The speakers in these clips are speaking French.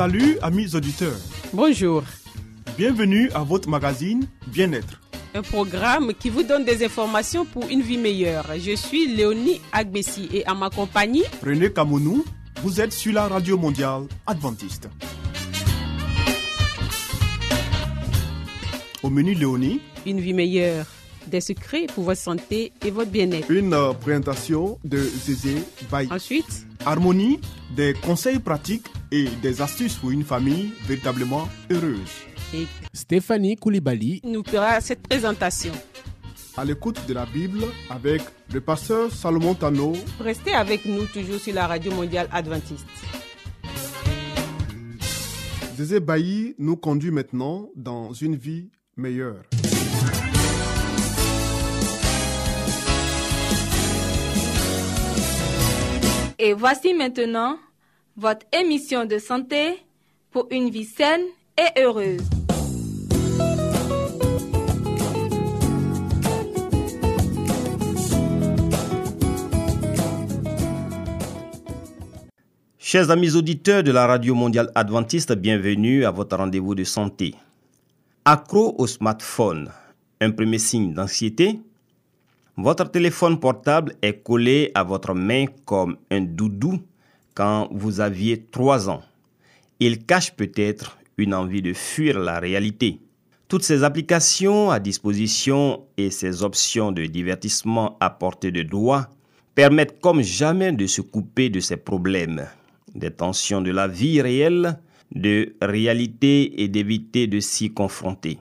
Salut amis auditeurs. Bonjour. Bienvenue à votre magazine Bien-être. Un programme qui vous donne des informations pour une vie meilleure. Je suis Léonie Agbessi et à ma compagnie, René Kamounou, vous êtes sur la radio mondiale adventiste. Au menu Léonie, une vie meilleure, des secrets pour votre santé et votre bien-être. Une présentation de Zézé Baye. Ensuite, Harmonie, des conseils pratiques et des astuces pour une famille véritablement heureuse. Et Stéphanie Koulibaly nous fera cette présentation. À l'écoute de la Bible avec le pasteur Salomon Tano. Restez avec nous toujours sur la radio mondiale adventiste. Zézé Baye nous conduit maintenant dans une vie meilleure. Et voici maintenant votre émission de santé pour une vie saine et heureuse. Chers amis auditeurs de la Radio Mondiale Adventiste, bienvenue à votre rendez-vous de santé. Accro au smartphone, un premier signe d'anxiété. Votre téléphone portable est collé à votre main comme un doudou quand vous aviez 3 ans. Il cache peut-être une envie de fuir la réalité. Toutes ces applications à disposition et ces options de divertissement à portée de doigt permettent comme jamais de se couper de ces problèmes, des tensions de la vie réelle, de réalité et d'éviter de s'y confronter.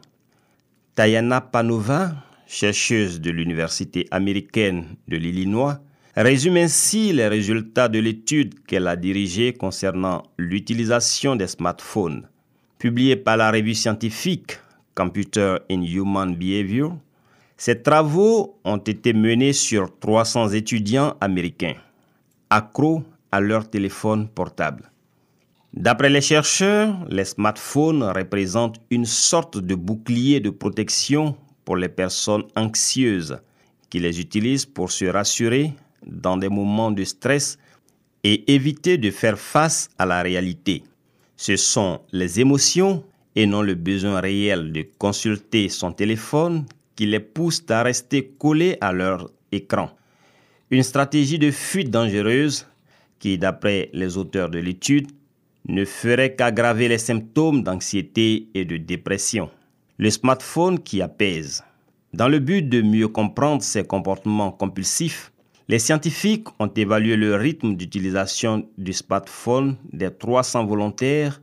Tayana Panova, chercheuse de l'Université américaine de l'Illinois, résume ainsi les résultats de l'étude qu'elle a dirigée concernant l'utilisation des smartphones. Publiée par la revue scientifique Computer in Human Behavior, ces travaux ont été menés sur 300 étudiants américains, accros à leur téléphone portable. D'après les chercheurs, les smartphones représentent une sorte de bouclier de protection pour les personnes anxieuses qui les utilisent pour se rassurer dans des moments de stress et éviter de faire face à la réalité. Ce sont les émotions et non le besoin réel de consulter son téléphone qui les poussent à rester collés à leur écran. Une stratégie de fuite dangereuse qui, d'après les auteurs de l'étude, ne ferait qu'aggraver les symptômes d'anxiété et de dépression. Le smartphone qui apaise. Dans le but de mieux comprendre ces comportements compulsifs, les scientifiques ont évalué le rythme d'utilisation du smartphone des 300 volontaires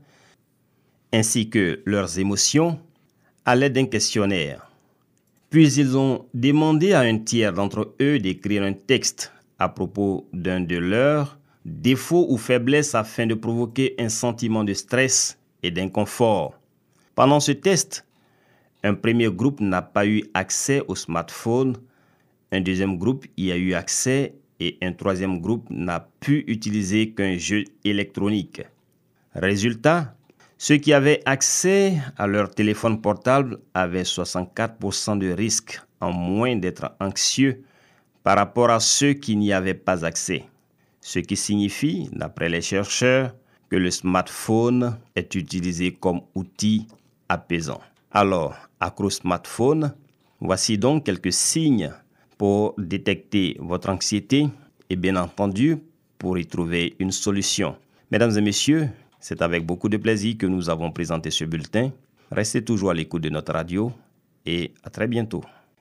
ainsi que leurs émotions à l'aide d'un questionnaire. Puis ils ont demandé à un tiers d'entre eux d'écrire un texte à propos d'un de leurs défauts ou faiblesses afin de provoquer un sentiment de stress et d'inconfort. Pendant ce test, un premier groupe n'a pas eu accès au smartphone, un deuxième groupe y a eu accès et un troisième groupe n'a pu utiliser qu'un jeu électronique. Résultat, ceux qui avaient accès à leur téléphone portable avaient 64% de risque en moins d'être anxieux par rapport à ceux qui n'y avaient pas accès. Ce qui signifie, d'après les chercheurs, que le smartphone est utilisé comme outil apaisant. Alors, accro smartphone, voici donc quelques signes pour détecter votre anxiété et bien entendu pour y trouver une solution. Mesdames et messieurs, c'est avec beaucoup de plaisir que nous avons présenté ce bulletin. Restez toujours à l'écoute de notre radio et à très bientôt.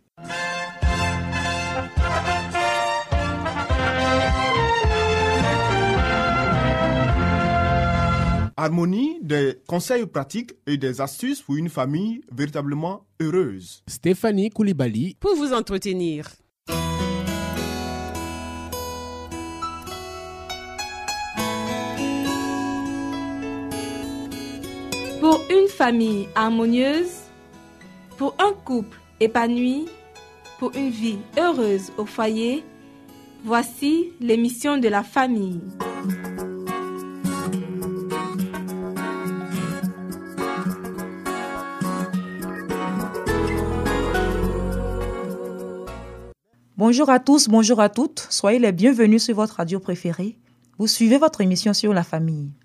Harmonie, des conseils pratiques et des astuces pour une famille véritablement heureuse. Stéphanie Koulibaly Pour vous entretenir. Pour une famille harmonieuse, pour un couple épanoui, pour une vie heureuse au foyer, voici l'émission de la famille. Bonjour à tous, bonjour à toutes. Soyez les bienvenus sur votre radio préférée. Vous suivez votre émission sur la famille.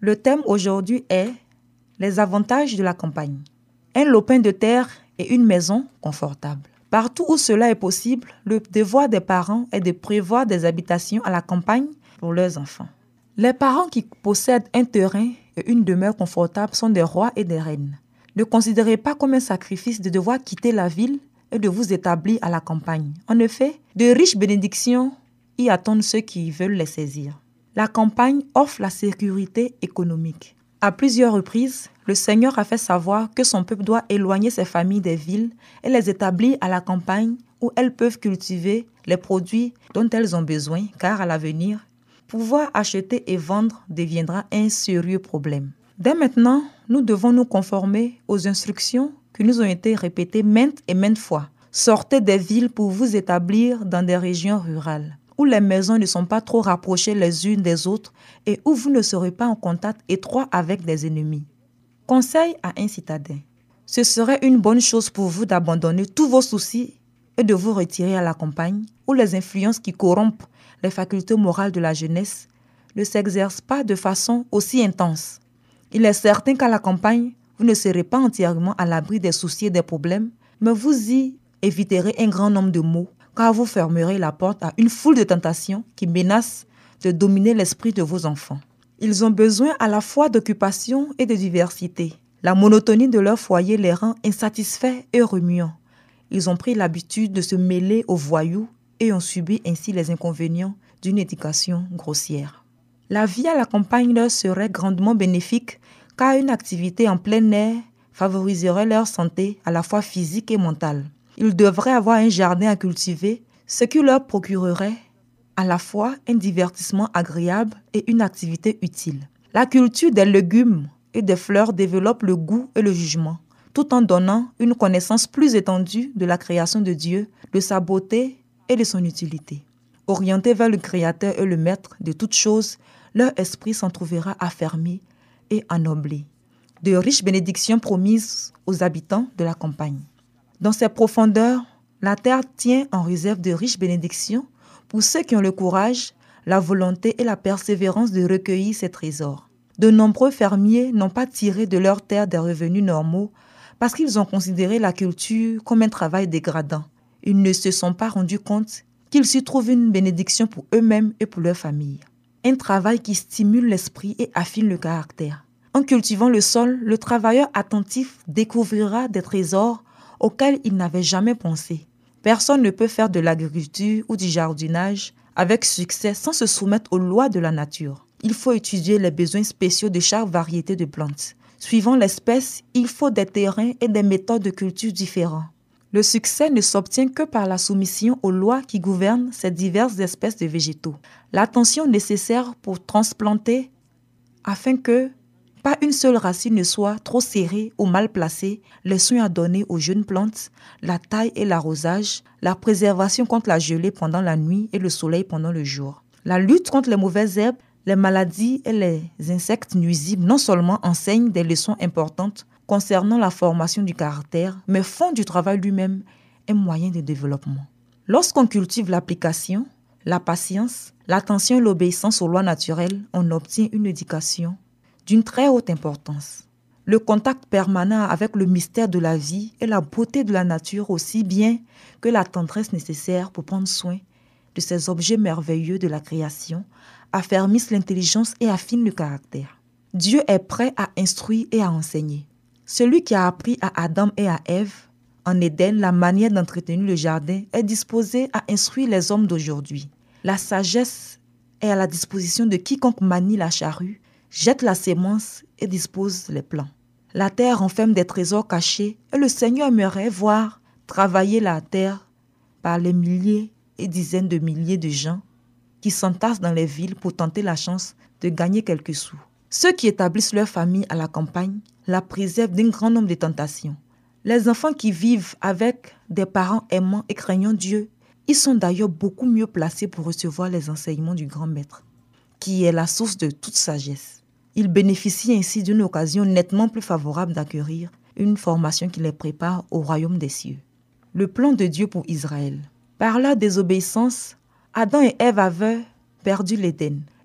Le thème aujourd'hui est les avantages de la campagne. Un lopin de terre et une maison confortable. Partout où cela est possible, le devoir des parents est de prévoir des habitations à la campagne pour leurs enfants. Les parents qui possèdent un terrain et une demeure confortable sont des rois et des reines. Ne considérez pas comme un sacrifice de devoir quitter la ville et de vous établir à la campagne. En effet, de riches bénédictions y attendent ceux qui veulent les saisir. La campagne offre la sécurité économique. À plusieurs reprises, le Seigneur a fait savoir que son peuple doit éloigner ses familles des villes et les établir à la campagne où elles peuvent cultiver les produits dont elles ont besoin, car à l'avenir, pouvoir acheter et vendre deviendra un sérieux problème. Dès maintenant, nous devons nous conformer aux instructions qui nous ont été répétées maintes et maintes fois. Sortez des villes pour vous établir dans des régions rurales, où les maisons ne sont pas trop rapprochées les unes des autres et où vous ne serez pas en contact étroit avec des ennemis. Conseil à un citadin. Ce serait une bonne chose pour vous d'abandonner tous vos soucis et de vous retirer à la campagne, où les influences qui corrompent les facultés morales de la jeunesse ne s'exercent pas de façon aussi intense. Il est certain qu'à la campagne, vous ne serez pas entièrement à l'abri des soucis et des problèmes, mais vous y éviterez un grand nombre de maux, car vous fermerez la porte à une foule de tentations qui menacent de dominer l'esprit de vos enfants. Ils ont besoin à la fois d'occupation et de diversité. La monotonie de leur foyer les rend insatisfaits et remuants. Ils ont pris l'habitude de se mêler aux voyous et ont subi ainsi les inconvénients d'une éducation grossière. La vie à la campagne leur serait grandement bénéfique car une activité en plein air favoriserait leur santé à la fois physique et mentale. Ils devraient avoir un jardin à cultiver, ce qui leur procurerait à la fois un divertissement agréable et une activité utile. La culture des légumes et des fleurs développe le goût et le jugement, tout en donnant une connaissance plus étendue de la création de Dieu, de sa beauté et de son utilité. Orientés vers le Créateur et le Maître de toutes choses, leur esprit s'en trouvera affermi et ennoblé. De riches bénédictions promises aux habitants de la campagne. Dans ses profondeurs, la terre tient en réserve de riches bénédictions pour ceux qui ont le courage, la volonté et la persévérance de recueillir ces trésors. De nombreux fermiers n'ont pas tiré de leur terre des revenus normaux parce qu'ils ont considéré la culture comme un travail dégradant. Ils ne se sont pas rendus compte qu'ils s'y trouvent une bénédiction pour eux-mêmes et pour leur famille. Un travail qui stimule l'esprit et affine le caractère. En cultivant le sol, le travailleur attentif découvrira des trésors auxquels il n'avait jamais pensé. Personne ne peut faire de l'agriculture ou du jardinage avec succès sans se soumettre aux lois de la nature. Il faut étudier les besoins spéciaux de chaque variété de plantes. Suivant l'espèce, il faut des terrains et des méthodes de culture différents. Le succès ne s'obtient que par la soumission aux lois qui gouvernent ces diverses espèces de végétaux. L'attention nécessaire pour transplanter afin que pas une seule racine ne soit trop serrée ou mal placée, les soins à donner aux jeunes plantes, la taille et l'arrosage, la préservation contre la gelée pendant la nuit et le soleil pendant le jour. La lutte contre les mauvaises herbes, les maladies et les insectes nuisibles non seulement enseignent des leçons importantes concernant la formation du caractère, mais font du travail lui-même un moyen de développement. Lorsqu'on cultive l'application, la patience, l'attention et l'obéissance aux lois naturelles, on obtient une éducation d'une très haute importance. Le contact permanent avec le mystère de la vie et la beauté de la nature aussi bien que la tendresse nécessaire pour prendre soin de ces objets merveilleux de la création affermissent l'intelligence et affinent le caractère. Dieu est prêt à instruire et à enseigner. Celui qui a appris à Adam et à Ève en Éden la manière d'entretenir le jardin est disposé à instruire les hommes d'aujourd'hui. La sagesse est à la disposition de quiconque manie la charrue, jette la sémence et dispose les plants. La terre renferme des trésors cachés et le Seigneur aimerait voir travailler la terre par les milliers et dizaines de milliers de gens qui s'entassent dans les villes pour tenter la chance de gagner quelques sous. Ceux qui établissent leur famille à la campagne la préservent d'un grand nombre de tentations. Les enfants qui vivent avec des parents aimants et craignant Dieu, ils sont d'ailleurs beaucoup mieux placés pour recevoir les enseignements du grand maître, qui est la source de toute sagesse. Ils bénéficient ainsi d'une occasion nettement plus favorable d'acquérir une formation qui les prépare au royaume des cieux. Le plan de Dieu pour Israël. Par leur désobéissance, Adam et Ève avaient perdu l'Éden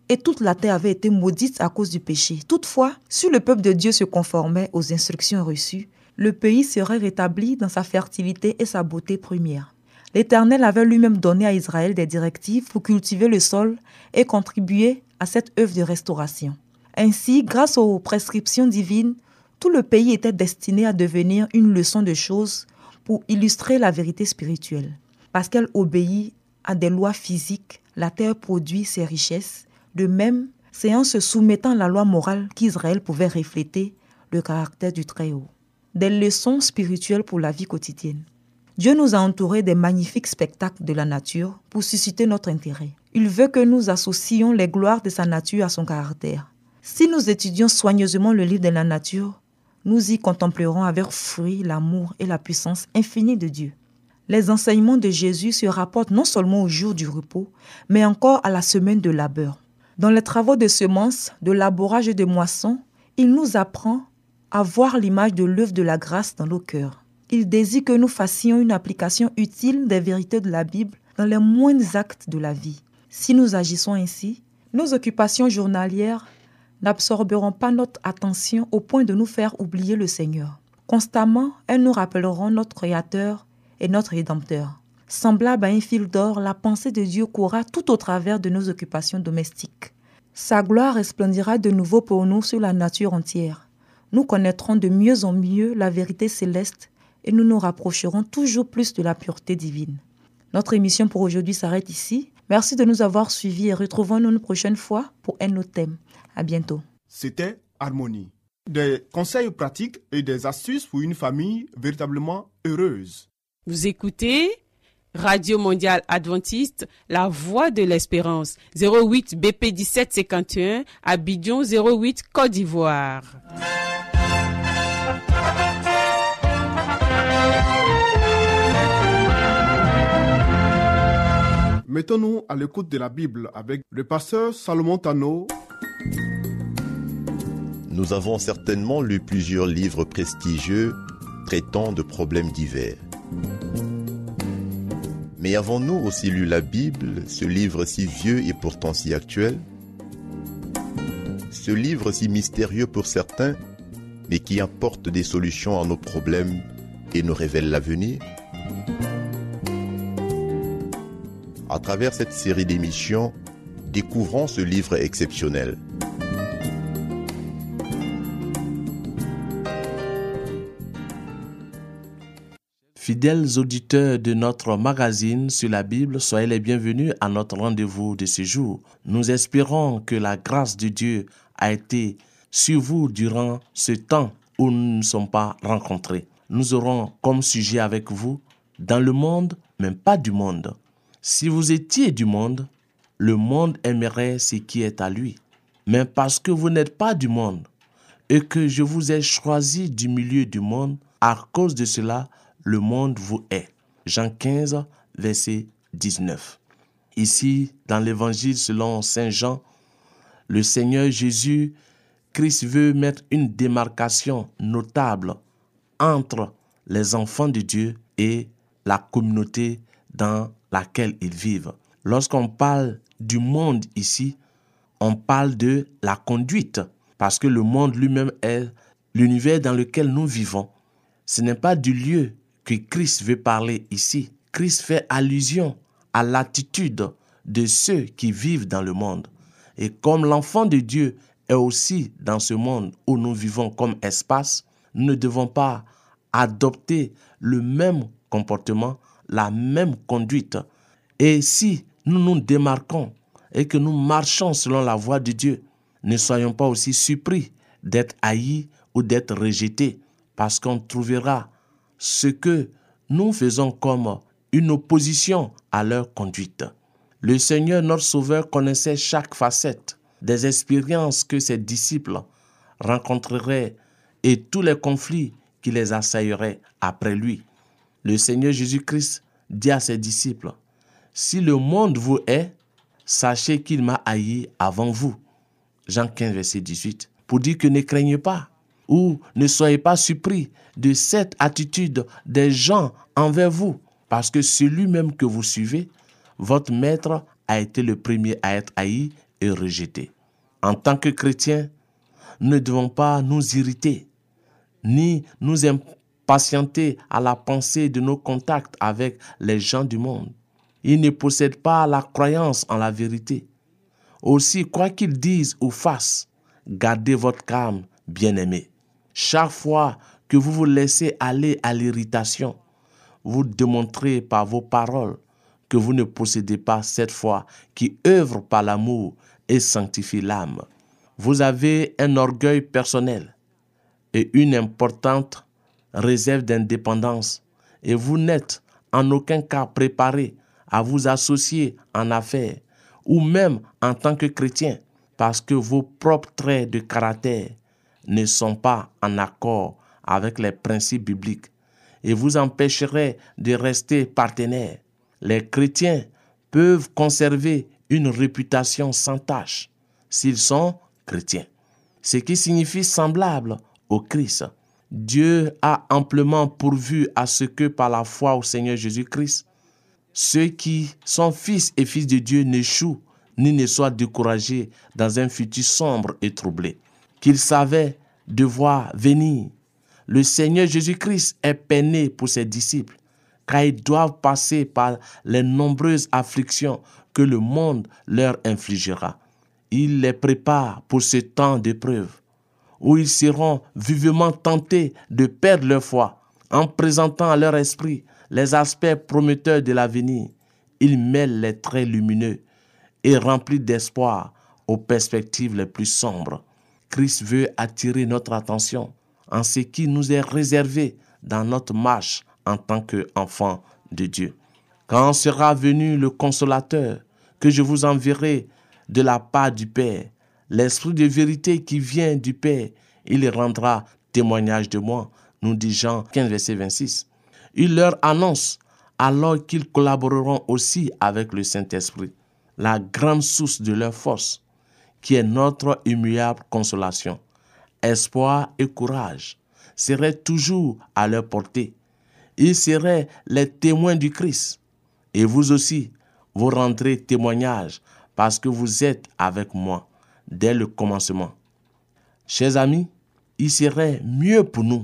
et toute la terre avait été maudite à cause du péché. Toutefois, si le peuple de Dieu se conformait aux instructions reçues, le pays serait rétabli dans sa fertilité et sa beauté première. L'Éternel avait lui-même donné à Israël des directives pour cultiver le sol et contribuer à cette œuvre de restauration. Ainsi, grâce aux prescriptions divines, tout le pays était destiné à devenir une leçon de choses pour illustrer la vérité spirituelle. Parce qu'elle obéit à des lois physiques, la terre produit ses richesses. De même, c'est en se soumettant à la loi morale qu'Israël pouvait refléter le caractère du Très-Haut. Des leçons spirituelles pour la vie quotidienne. Dieu nous a entourés des magnifiques spectacles de la nature pour susciter notre intérêt. Il veut que nous associons les gloires de sa nature à son caractère. Si nous étudions soigneusement le livre de la nature, nous y contemplerons avec fruit l'amour et la puissance infinie de Dieu. Les enseignements de Jésus se rapportent non seulement au jour du repos, mais encore à la semaine de labeur. Dans les travaux de semences, de labourage et de moisson, il nous apprend à voir l'image de l'œuvre de la grâce dans nos cœurs. Il désire que nous fassions une application utile des vérités de la Bible dans les moindres actes de la vie. Si nous agissons ainsi, nos occupations journalières n'absorberont pas notre attention au point de nous faire oublier le Seigneur. Constamment, elles nous rappelleront notre Créateur et notre Rédempteur. Semblable à un fil d'or, la pensée de Dieu courra tout au travers de nos occupations domestiques. Sa gloire resplendira de nouveau pour nous sur la nature entière. Nous connaîtrons de mieux en mieux la vérité céleste et nous nous rapprocherons toujours plus de la pureté divine. Notre émission pour aujourd'hui s'arrête ici. Merci de nous avoir suivis et retrouvons-nous une prochaine fois pour un autre thème. À bientôt. C'était Harmonie. Des conseils pratiques et des astuces pour une famille véritablement heureuse. Vous écoutez Radio Mondiale Adventiste, la voix de l'espérance, 08 BP 1751, Abidjan 08, Côte d'Ivoire. Mettons-nous à l'écoute de la Bible avec le pasteur Salomon Tano. Nous avons certainement lu plusieurs livres prestigieux traitant de problèmes divers. Mais avons-nous aussi lu la Bible, ce livre si vieux et pourtant si actuel? Ce livre si mystérieux pour certains, mais qui apporte des solutions à nos problèmes et nous révèle l'avenir? À travers cette série d'émissions, découvrons ce livre exceptionnel. Fidèles auditeurs de notre magazine sur la Bible, soyez les bienvenus à notre rendez-vous de ce jour. Nous espérons que la grâce de Dieu a été sur vous durant ce temps où nous ne nous sommes pas rencontrés. Nous aurons comme sujet avec vous, dans le monde, mais pas du monde. Si vous étiez du monde, le monde aimerait ce qui est à lui. Mais parce que vous n'êtes pas du monde et que je vous ai choisi du milieu du monde, à cause de cela, le monde vous hait. Jean 15, verset 19. Ici, dans l'évangile selon Saint Jean, le Seigneur Jésus, Christ veut mettre une démarcation notable entre les enfants de Dieu et la communauté dans laquelle ils vivent. Lorsqu'on parle du monde ici, on parle de la conduite, parce que le monde lui-même est l'univers dans lequel nous vivons. Ce n'est pas du lieu que Christ veut parler ici. Christ fait allusion à l'attitude de ceux qui vivent dans le monde. Et comme l'enfant de Dieu est aussi dans ce monde où nous vivons comme espace, nous ne devons pas adopter le même comportement, la même conduite. Et si nous nous démarquons et que nous marchons selon la voie de Dieu, ne soyons pas aussi surpris d'être haïs ou d'être rejetés, parce qu'on trouvera ce que nous faisons comme une opposition à leur conduite. Le Seigneur, notre Sauveur, connaissait chaque facette des expériences que ses disciples rencontreraient et tous les conflits qui les assailleraient après lui. Le Seigneur Jésus-Christ dit à ses disciples, « Si le monde vous hait, sachez qu'il m'a haï avant vous. » Jean 15, verset 18. Pour dire que ne craignez pas ou ne soyez pas surpris de cette attitude des gens envers vous, parce que celui même que vous suivez, votre maître a été le premier à être haï et rejeté. En tant que chrétiens, nous ne devons pas nous irriter, ni nous impatienter à la pensée de nos contacts avec les gens du monde. Ils ne possèdent pas la croyance en la vérité. Aussi, quoi qu'ils disent ou fassent, gardez votre calme, bien-aimés. Chaque fois que vous vous laissez aller à l'irritation, vous démontrez par vos paroles que vous ne possédez pas cette foi qui œuvre par l'amour et sanctifie l'âme. Vous avez un orgueil personnel et une importante réserve d'indépendance et vous n'êtes en aucun cas préparé à vous associer en affaires ou même en tant que chrétien parce que vos propres traits de caractère ne sont pas en accord avec les principes bibliques et vous empêcherez de rester partenaires. Les chrétiens peuvent conserver une réputation sans tache s'ils sont chrétiens, ce qui signifie semblable au Christ. Dieu a amplement pourvu à ce que par la foi au Seigneur Jésus-Christ, ceux qui sont fils et filles de Dieu n'échouent ni ne soient découragés dans un futur sombre et troublé, qu'ils savaient devoir venir. Le Seigneur Jésus-Christ est peiné pour ses disciples, car ils doivent passer par les nombreuses afflictions que le monde leur infligera. Il les prépare pour ce temps d'épreuve, où ils seront vivement tentés de perdre leur foi, en présentant à leur esprit les aspects prometteurs de l'avenir. Il mêle les traits lumineux et remplis d'espoir aux perspectives les plus sombres. Christ veut attirer notre attention en ce qui nous est réservé dans notre marche en tant qu'enfants de Dieu. Quand sera venu le consolateur que je vous enverrai de la part du Père, l'Esprit de vérité qui vient du Père, il rendra témoignage de moi, nous dit Jean 15, verset 26. Il leur annonce alors qu'ils collaboreront aussi avec le Saint-Esprit, la grande source de leur force, qui est notre immuable consolation. Espoir et courage seraient toujours à leur portée. Ils seraient les témoins du Christ. Et vous aussi, vous rendrez témoignage parce que vous êtes avec moi dès le commencement. Chers amis, il serait mieux pour nous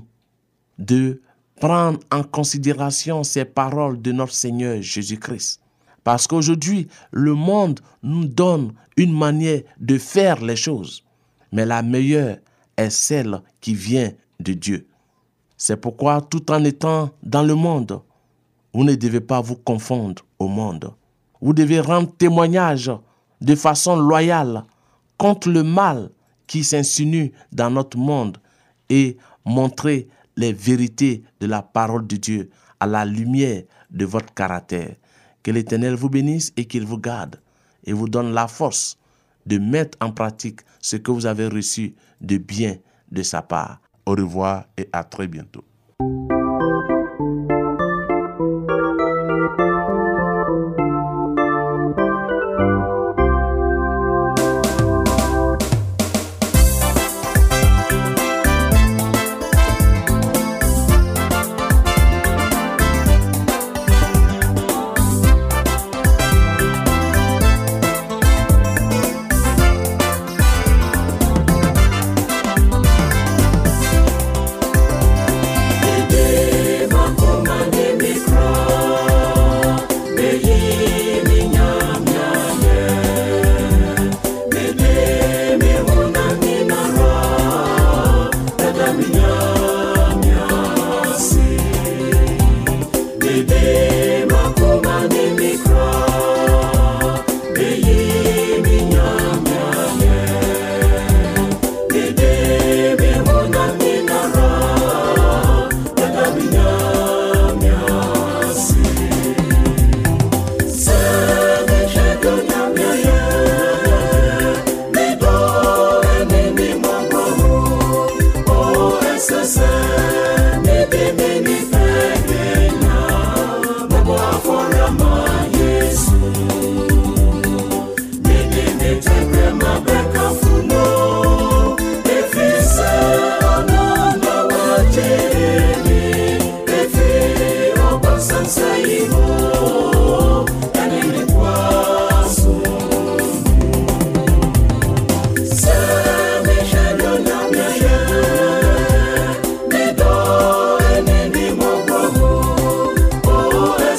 de prendre en considération ces paroles de notre Seigneur Jésus-Christ. Parce qu'aujourd'hui, le monde nous donne une manière de faire les choses. Mais la meilleure est celle qui vient de Dieu. C'est pourquoi, tout en étant dans le monde, vous ne devez pas vous confondre au monde. Vous devez rendre témoignage de façon loyale contre le mal qui s'insinue dans notre monde et montrer les vérités de la parole de Dieu à la lumière de votre caractère. Que l'Éternel vous bénisse et qu'il vous garde et vous donne la force de mettre en pratique ce que vous avez reçu de bien de sa part. Au revoir et à très bientôt.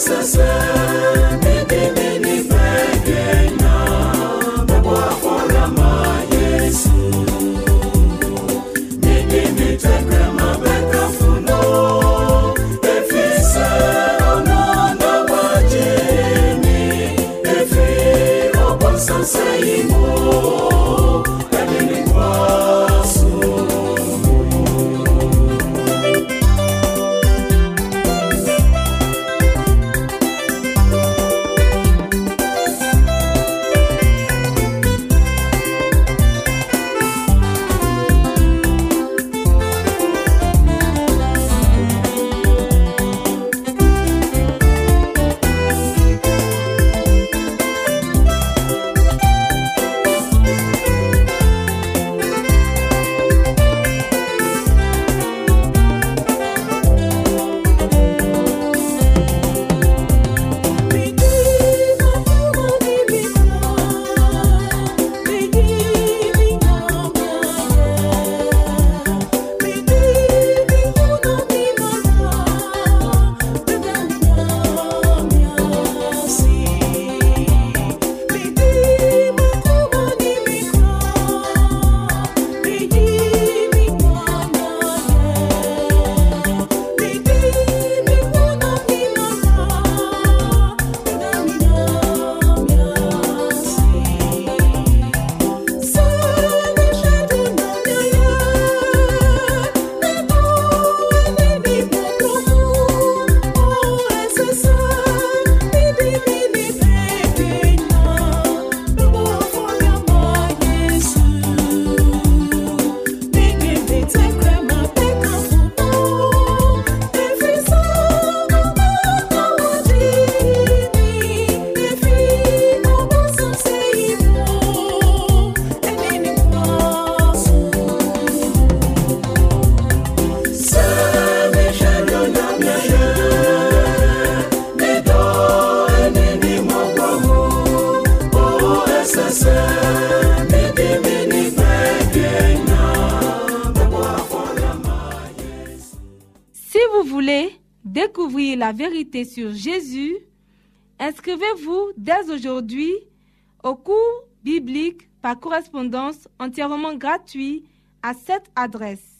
Découvrir la vérité sur Jésus, inscrivez-vous dès aujourd'hui au cours biblique par correspondance entièrement gratuit à cette adresse.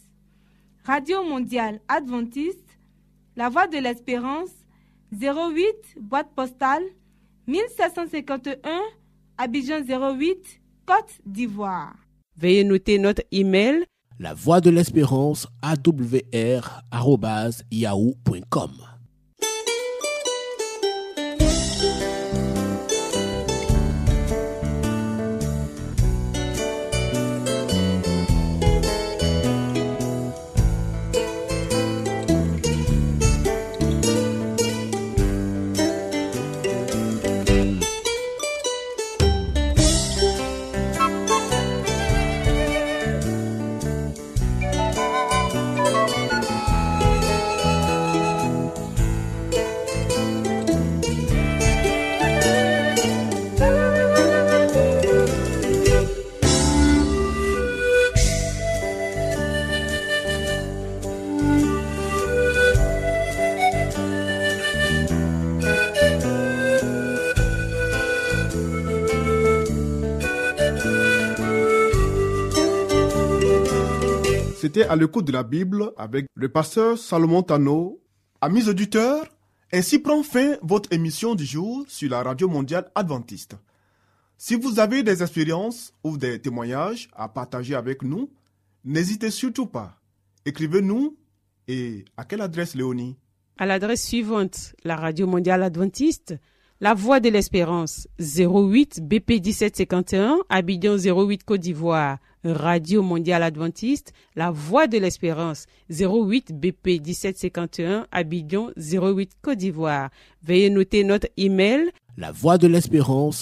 Radio Mondiale Adventiste, La Voix de l'Espérance, 08 boîte postale 1751 Abidjan 08, Côte d'Ivoire. Veuillez noter notre email La Voix de l'Espérance awr@yahoo.com. C'était à l'écoute de la Bible avec le pasteur Salomon Tano. Amis auditeurs, ainsi prend fin votre émission du jour sur la Radio Mondiale Adventiste. Si vous avez des expériences ou des témoignages à partager avec nous, n'hésitez surtout pas. Écrivez-nous et à quelle adresse, Léonie? À l'adresse suivante, la Radio Mondiale Adventiste, La Voix de l'Espérance, 08 BP 1751, Abidjan 08 Côte d'Ivoire. Radio Mondiale Adventiste, La Voix de l'Espérance, 08 BP 1751, Abidjan 08 Côte d'Ivoire. Veuillez noter notre email La Voix de l'Espérance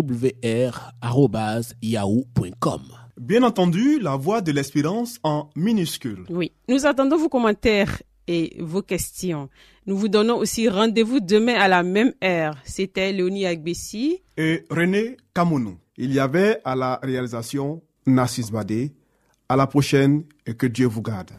awr@yahoo.com. Bien entendu, La Voix de l'Espérance en minuscule. Oui, nous attendons vos commentaires et vos questions. Nous vous donnons aussi rendez-vous demain à la même heure. C'était Léonie Agbessi et René Kamounou. Il y avait à la réalisation Narcisse Badé. À la prochaine et que Dieu vous garde.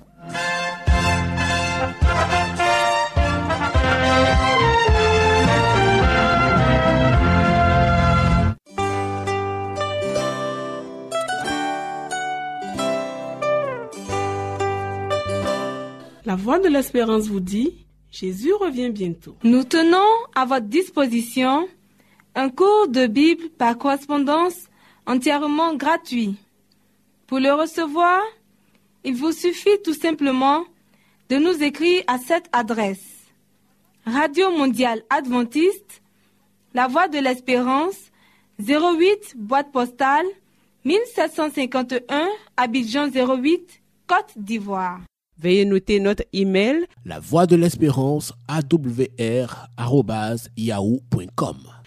Voix de l'Espérance vous dit, Jésus revient bientôt. Nous tenons à votre disposition un cours de Bible par correspondance entièrement gratuit. Pour le recevoir, il vous suffit tout simplement de nous écrire à cette adresse: Radio Mondiale Adventiste, La Voix de l'Espérance, 08 boîte postale 1751, Abidjan 08, Côte d'Ivoire. Veuillez noter notre email La Voix de l'Espérance @yahoo.com.